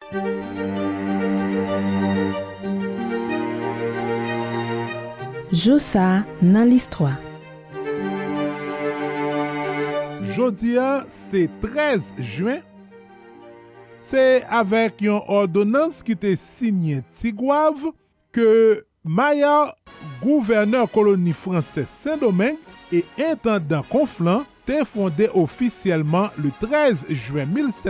Josa dans l'histoire. Jodia, c'est 13 juin. C'est avec une ordonnance qui était signée Tigouave que Maya, gouverneur colonie française Saint-Domingue et intendant Conflans, t'est fondé officiellement le 13 juin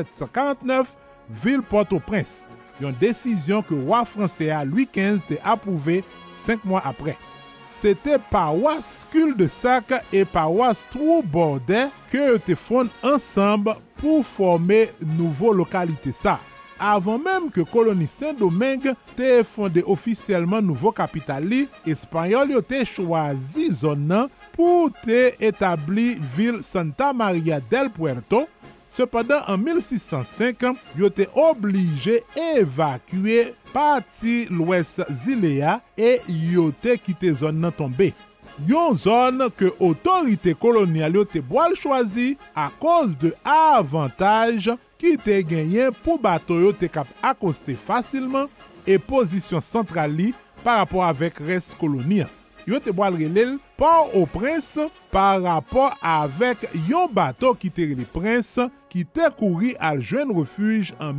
1749, ville Port-au-Prince. Une décision que le roi français Louis XV a approuvée 5 mois après. C'était paroisse Cul-de-Sac et paroisse Trou-Bordet que te fondent ensemble pour former nouveau localité ça. Avant même que colonie Saint-Domingue te fondé officiellement nouveau capital, espagnol yo te choisi zone pour te établir ville Santa Maria del Puerto. Cependant, en 1605, yo te obligé évacuer partie l'ouest Zilea et yo te quitté zone nan tombe. Yon zone que autorité coloniale yo te boal choisi à cause de avantage qui te gagné pour bateau yo te cap accoster facilement et position centrale li par rapport avec reste colonie. Yo te boal relèl Port-au-Prince par rapport avec yon bateau qui te relè Prince qui te couru à joindre refuge en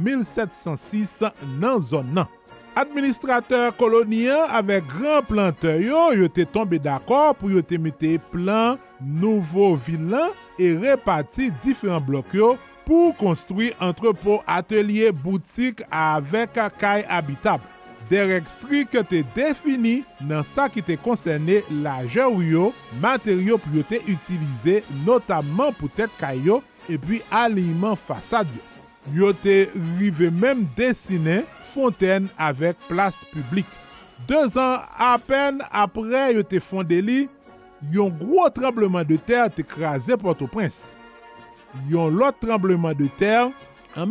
1706 dans zone nan. Administrateur colonien avec grand planteur yo te tombé d'accord pour yo te mette plan nouveau vilain et réparti différents blocs yo pour construire entrepôt, atelier, boutique avec caille habitable. Des règles strictes étaient définies dans ça qui te concernait largeur yo, matériaux pour yo te utiliser notamment pour tête caillou et puis alignement façade yo. Yo te rive même dessiner fontaine avec place publique. 2 ans à peine après yo te fondé li, yon gros tremblement de terre te crasé Port-au-Prince. Yon l'autre tremblement de terre en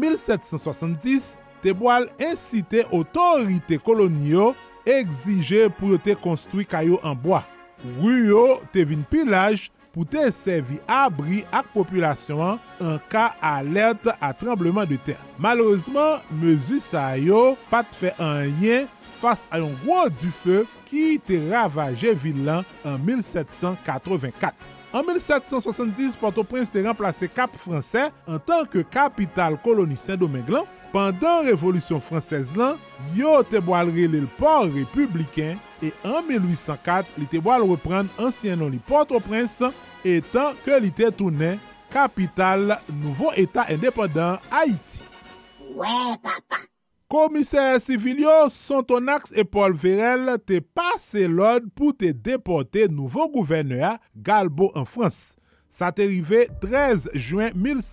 1770 te boal incité autorité coloniale exiger pour te construire caillou en bois. Rue yo te vin pilage pour te servir abri à population en cas alerte à tremblement de terre. Malheureusement, mesure ça yo pas fait rien face à un gros du feu qui te ravagé ville en 1784. En 1770, Port-au-Prince a remplacé Cap Français en tant que capitale colonie Saint-Domingue. Pendant la Révolution française, yo te boal le port républicain et en 1804, il te boal reprendre ancien nom Port-au-Prince étant que il te tourné capitale nouveau État indépendant Haïti. Ouais, papa. Commissaire civil Sontonax et Paul Vérel te passé l'ordre pour te déporter nouveau gouverneur Galbo en France. Ça t'est arrivé 13 juin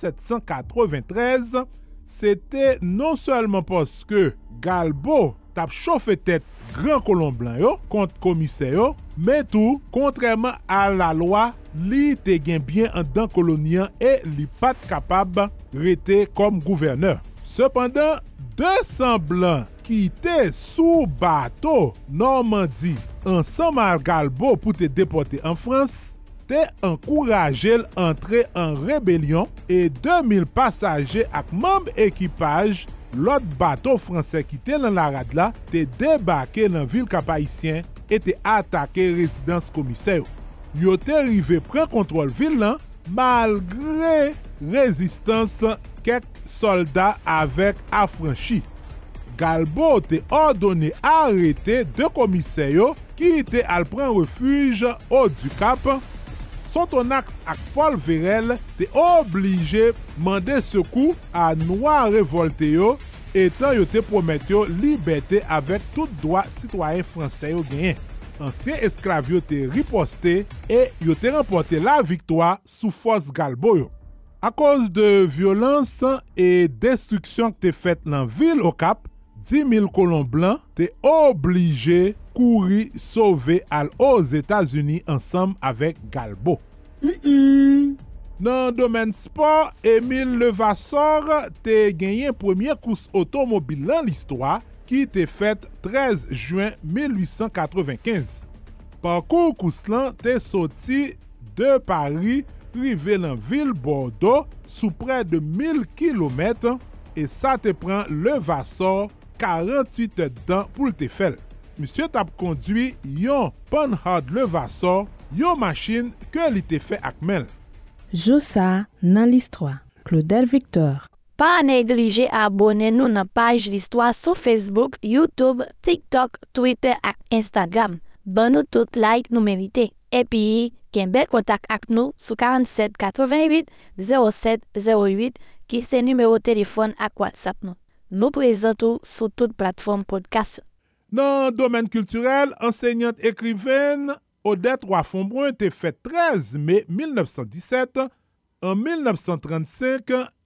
1793. C'était non seulement parce que Galbo t'a chauffé tête grand colon blanc yo contre commissaire yo, mais tout contrairement à la loi, li te gen bien en dan colonien et li pas capable rester comme gouverneur. Cependant, 200 blancs qui étaient sous bateau Normandie ensemble avec Galbo pour te déporter en France, te encouragé l'entrée en rébellion et 2000 passagers avec membres équipage l'autre bateau français qui était dans la rade là te débarqué dans la ville cap-haïtien et te attaqué résidence commissaire. Yo te arrivé prendre contrôle ville là malgré résistance quelques soldats avec affranchi. Galbo te ordonné arrêter 2 commissaires qui étaient à prendre refuge au du Cap. Sontonax et Paul Vérel te obligé demander secours à noirs révoltés étant yo te prometté liberté avec tout droit citoyen français yo gagné. Ancien esclaves yo te riposté et yo te remporté la victoire sous force Galbo yo. À cause de violence et destruction que te faite dans la ville au Cap, 10 000 colons blancs te obligé courir sauver aux États-Unis ensemble avec Galbo. Dans le domaine sport, Émile Levasseur te gagné première course automobile dans l'histoire qui était faite 13 juin 1895. Parcours course là te sorti de Paris, rivé dans ville Bordeaux sous près de 1000 km et ça te prend le vassor 48 heures dedans pour te faire. Monsieur t'a conduit yon Panhard le vassor, yon machine que li te fait ak mel. Josa dans l'histoire. Claudel Victor. Pas négliger à abonner nous dans page l'histoire sur Facebook, YouTube, TikTok, Twitter et Instagram. Bon nous tout like nous mériter. Et puis, Kembet contact avec nous sur 47 88 07 08 qui c'est numéro de téléphone à WhatsApp nous. Nous présentons sur toute plateforme podcast. Dans le domaine culturel, enseignante écrivaine Odette Roy-Fonbrun te fait 13 mai 1917. En 1935,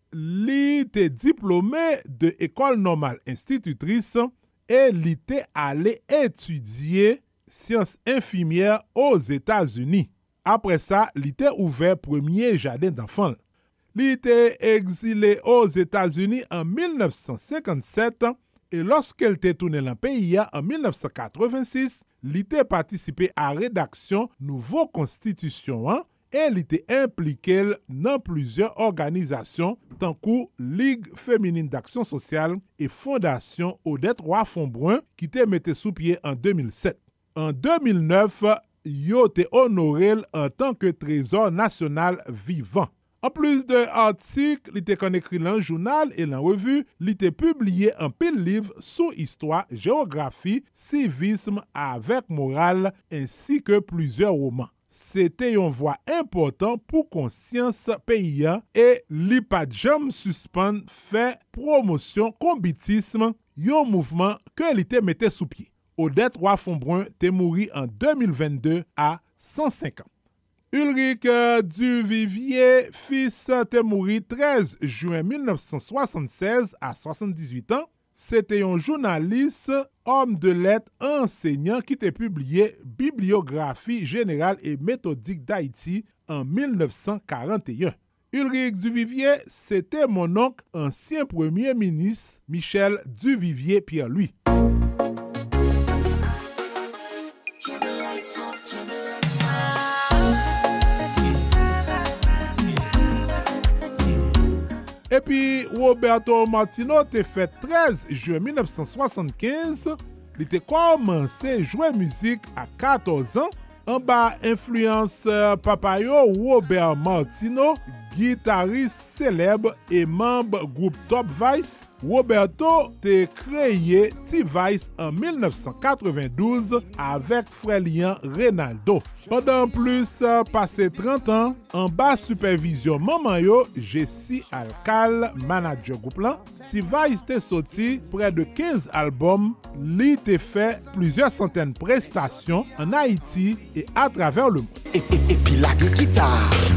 li te diplômée de École normale institutrice et li te allé étudier sciences infirmières aux États-Unis. Après ça, li te ouvert premier jardin d'enfants. Li te exilé aux États-Unis en 1957 et lorsqu'elle te tourné dans le pays en 1986, li te participé à la rédaction Nouveau Constitution et li te impliqué dans plusieurs organisations tant que Ligue féminine d'action sociale et Fondation Odette Roy-Fonbrun qui te mettait sous pied en 2007. En 2009, yo te honoré en tant que trésor national vivant. En plus de articles, il te écrit dans le journal et dans la revue, il te publié un pile livre sur histoire, géographie, civisme avec morale ainsi que plusieurs romans. C'était une voix importante pour conscience paysan et li pa jam suspend fait promotion combitisme, un mouvement que li te mettait sous pied. Odette Roy-Fonbrun te mouri en 2022 à 105 ans. Ulrich Duvivier, fils, te mouri 13 juin 1976 à 78 ans. C'était un journaliste, homme de lettres, enseignant qui t'a publié Bibliographie générale et méthodique d'Haïti en 1941. Ulrich Duvivier, c'était mon oncle, ancien premier ministre Michel Duvivier Pierre-Louis. Et puis, Roberto Martino te fait 13 juin 1975. Il a commencé à jouer musique à 14 ans. En bas, influence papayo Robert Martino, guitariste célèbre et membre groupe Top Vice. Roberto te créé T-Vice en 1992 avec frère Reynaldo. Pendant plus passé 30 ans, en bas supervision maman yo, Jessie Alcal, manager groupe là, T-Vice te sorti près de 15 albums, li te fait plusieurs centaines de prestations en Haïti et à travers le monde. Et puis la guitare.